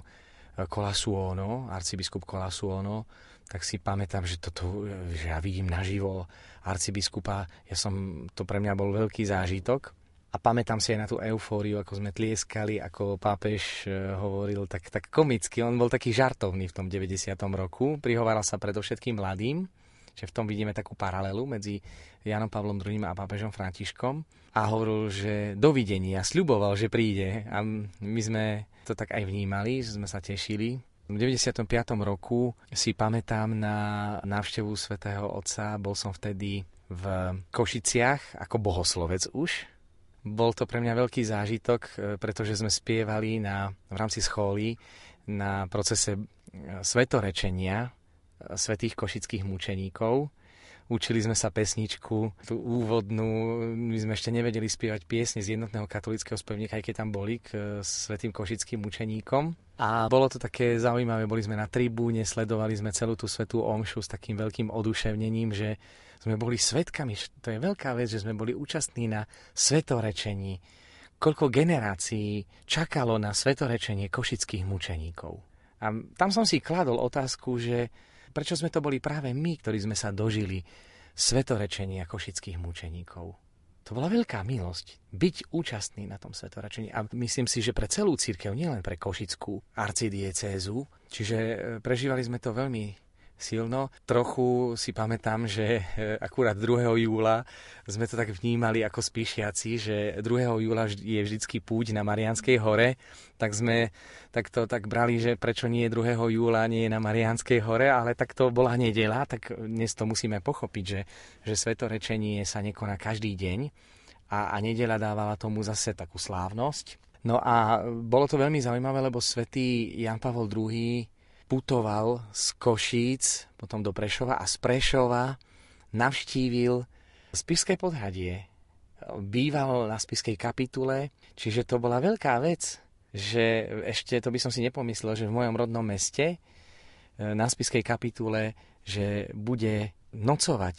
Colasuono, arcibiskup Colasuono, tak si pamätám, že toto, že ja vidím naživo arcibiskupa, ja som, to pre mňa bol veľký zážitok. A pamätám si aj na tú eufóriu, ako sme tlieskali, ako pápež hovoril tak, tak komicky. On bol taký žartovný v tom deväťdesiatom roku. Prihováral sa predovšetkým mladým, že v tom vidíme takú paralelu medzi Jánom Pavlom druhým a pápežom Františkom. A hovoril, že dovidenia, sľuboval, že príde. A my sme to tak aj vnímali, že sme sa tešili. V deväťdesiatom piatom roku si pamätám na návštevu svätého Otca. Bol som vtedy v Košiciach ako bohoslovec už. Bol to pre mňa veľký zážitok, pretože sme spievali na, v rámci schóly na procese svetorečenia svätých košických mučeníkov. Učili sme sa pesničku, tú úvodnú, my sme ešte nevedeli spievať piesne z jednotného katolického spevníka, aj keď tam boli k svätým košickým mučeníkom. A bolo to také zaujímavé, boli sme na tribúne, sledovali sme celú tú svätú omšu s takým veľkým oduševnením, že sme boli svedkami, to je veľká vec, že sme boli účastní na svetorečení. Koľko generácií čakalo na svetorečenie košických mučeníkov. A tam som si kladol otázku, že prečo sme to boli práve my, ktorí sme sa dožili svetorečenia košických mučeníkov. To bola veľká milosť, byť účastný na tom svetorečení. A myslím si, že pre celú cirkev, nielen pre košickú arcidiecézu, čiže prežívali sme to veľmi silno. Trochu si pamätám, že akurát druhého júla sme to tak vnímali ako spíšiaci, že druhého júla je vždycky púť na Mariánskej hore, tak sme tak to tak brali, že prečo nie druhého júla nie je na Mariánskej hore, ale tak to bola nedeľa, tak dnes to musíme pochopiť, že, že svetorečenie sa nekoná každý deň a, a nedeľa dávala tomu zase takú slávnosť. No a bolo to veľmi zaujímavé, lebo svätý Ján Pavol druhý putoval z Košíc, potom do Prešova a z Prešova navštívil Spišské podhradie. Býval na Spišskej kapitule, čiže to bola veľká vec, že ešte to by som si nepomyslel, že v mojom rodnom meste na Spišskej kapitule, že bude nocovať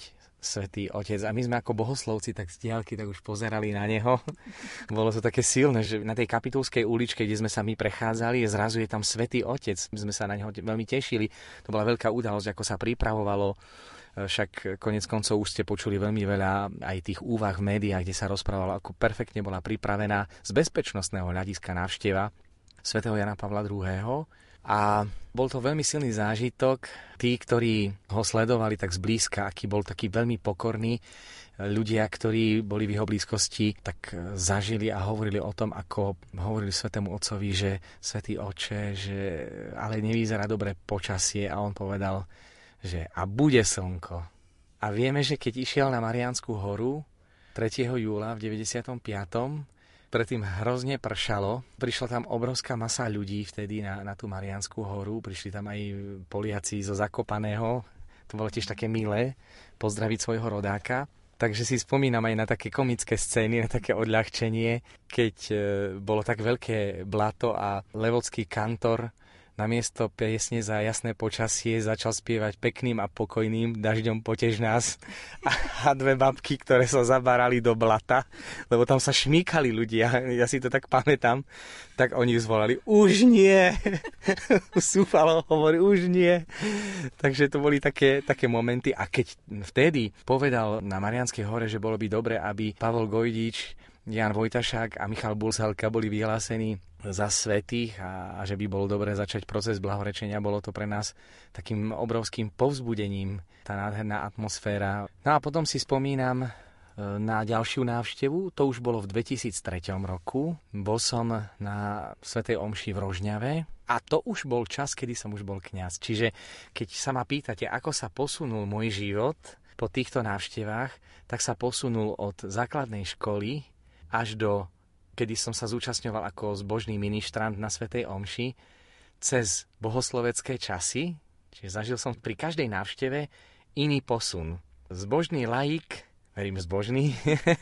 Svätý Otec. A my sme ako bohoslovci tak z diaľky tak už pozerali na neho. Bolo to také silné, že na tej Kapitulskej uličke, kde sme sa my prechádzali, zrazu je tam Svätý Otec. My sme sa na neho veľmi tešili. To bola veľká udalosť, ako sa pripravovalo. Však konec koncov už ste počuli veľmi veľa aj tých úvah v médiách, kde sa rozprávalo, ako perfektne bola pripravená z bezpečnostného hľadiska návšteva svätého Jana Pavla druhého. A bol to veľmi silný zážitok. Tí, ktorí ho sledovali tak zblízka, aký bol taký veľmi pokorný, ľudia, ktorí boli v jeho blízkosti, tak zažili a hovorili o tom, ako hovorili Svätému Otcovi, že Svätý Otče, že ale nevyzerá dobre počasie, a on povedal, že a bude slnko. A vieme, že keď išiel na Mariánsku horu tretieho júla v deväťdesiatom piatom predtým hrozne pršalo. Prišla tam obrovská masa ľudí vtedy na, na tú Mariánsku horu. Prišli tam aj Poliaci zo Zakopaného. To bolo tiež také milé, pozdraviť svojho rodáka. Takže si spomínam aj na také komické scény, na také odľahčenie, keď e, bolo tak veľké blato a levodský kantor namiesto piesne Za jasné počasie začal spievať Pekným a pokojným dažďom potež nás a, a dve babky, ktoré sa zabárali do blata, lebo tam sa šmíkali ľudia, ja si to tak pamätám, tak oni zvolali už nie. Súfalo hovorí už nie. Takže to boli také, také momenty, a keď vtedy povedal na Mariánskej hore, že bolo by dobre, aby Pavol Gojdič, Jan Vojtašák a Michal Bulsalka boli vyhlásení za svätých a, a že by bolo dobré začať proces blahorečenia. Bolo to pre nás takým obrovským povzbudením, tá nádherná atmosféra. No a potom si spomínam na ďalšiu návštevu, to už bolo v dvetisíctri roku. Bol som na svätej omši v Rožňave a to už bol čas, kedy som už bol kňaz. Čiže keď sa ma pýtate, ako sa posunul môj život po týchto návštevách, tak sa posunul od základnej školy až do, kedy som sa zúčastňoval ako zbožný ministrant na svätej omši, cez bohoslovecké časy, čiže zažil som pri každej návšteve iný posun. Zbožný laik, verím zbožný,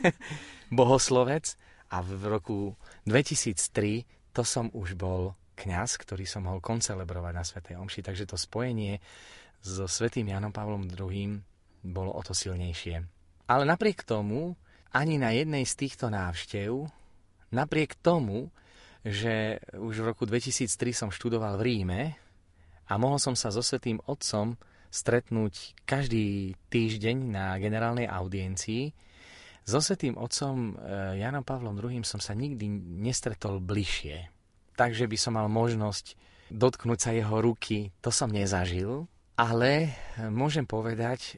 bohoslovec, a v roku dvetisíctri to som už bol kňaz, ktorý som mohol koncelebrovať na svätej omši, takže to spojenie so svätým Janom Pavlom druhým bolo o to silnejšie. Ale napriek tomu, ani na jednej z týchto návštev, napriek tomu, že už v roku dvetisíctri som študoval v Ríme a mohol som sa so Svätým Otcom stretnúť každý týždeň na generálnej audiencii, so Svätým Otcom Janom Pavlom druhým som sa nikdy nestretol bližšie. Takže by som mal možnosť dotknúť sa jeho ruky, to som nezažil, ale môžem povedať,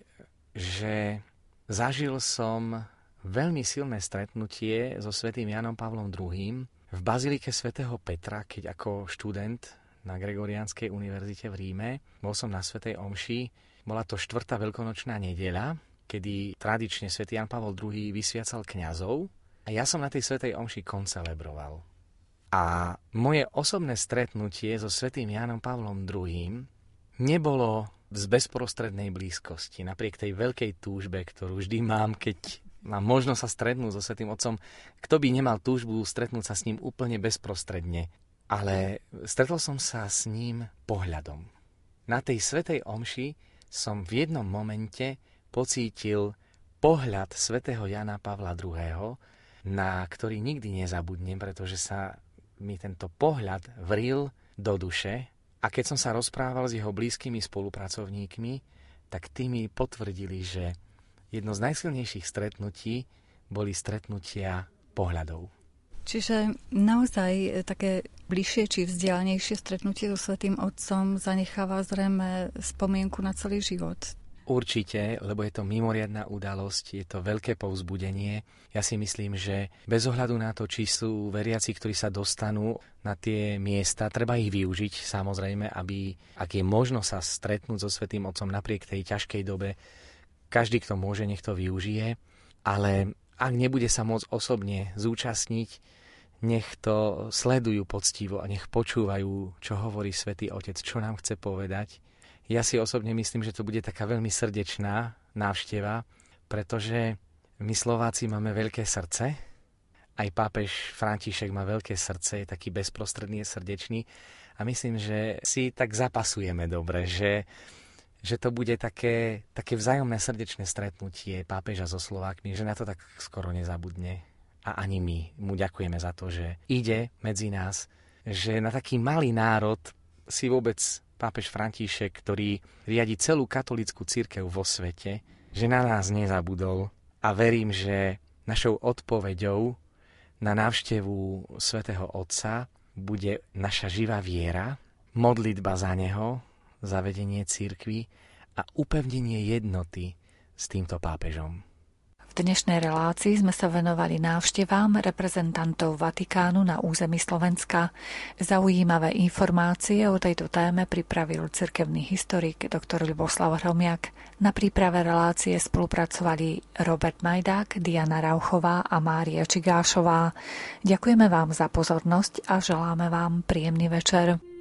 že zažil som veľmi silné stretnutie so svätým Janom Pavlom druhým v bazilike svätého Petra, keď ako študent na Gregoriánskej univerzite v Ríme bol som na svätej omši. Bola to štvrtá veľkonočná nedeľa, kedy tradične svätý Jan Pavol druhý vysviacal kňazov a ja som na tej svätej omši koncelebroval. A moje osobné stretnutie so svätým Janom Pavlom druhým nebolo z bezprostrednej blízkosti, napriek tej veľkej túžbe, ktorú vždy mám, keď mám možnosť sa stretnúť so Svätým Otcom. Kto by nemal túžbu stretnúť sa s ním úplne bezprostredne? Ale stretol som sa s ním pohľadom. Na tej svätej omši som v jednom momente pocítil pohľad svätého Jana Pavla druhého, na ktorý nikdy nezabudnem, pretože sa mi tento pohľad vril do duše. A keď som sa rozprával s jeho blízkymi spolupracovníkmi, tak tí mi potvrdili, že jedno z najsilnejších stretnutí boli stretnutia pohľadov. Čiže naozaj také bližšie či vzdialenejšie stretnutie so Svätým Otcom zanecháva zrejme spomienku na celý život. Určite, lebo je to mimoriadna udalosť, je to veľké povzbudenie. Ja si myslím, že bez ohľadu na to, či sú veriaci, ktorí sa dostanú na tie miesta, treba ich využiť, samozrejme, aby, ak je možno sa stretnúť so Svätým Otcom napriek tej ťažkej dobe, každý, kto môže, nech to využije, ale ak nebude sa môcť osobne zúčastniť, nech to sledujú poctivo a nech počúvajú, čo hovorí Svätý Otec, čo nám chce povedať. Ja si osobne myslím, že to bude taká veľmi srdečná návšteva, pretože my Slováci máme veľké srdce, aj pápež František má veľké srdce, je taký bezprostredný, je srdečný a myslím, že si tak zapasujeme dobre, že že to bude také, také vzájomné srdečné stretnutie pápeža so Slovákmi, že na to tak skoro nezabudne. A ani my mu ďakujeme za to, že ide medzi nás, že na taký malý národ si vôbec pápež František, ktorý riadi celú katolícku cirkev vo svete, že na nás nezabudol. A verím, že našou odpoveďou na návštevu svätého Otca bude naša živá viera, modlitba za neho, za vedenie cirkvi a upevnenie jednoty s týmto pápežom. V dnešnej relácii sme sa venovali návštevám reprezentantov Vatikánu na území Slovenska. Zaujímavé informácie o tejto téme pripravil cirkevný historik doktor Ľuboslav Hromiak. Na príprave relácie spolupracovali Robert Majdák, Diana Rauchová a Mária Čigášová. Ďakujeme vám za pozornosť a želáme vám príjemný večer.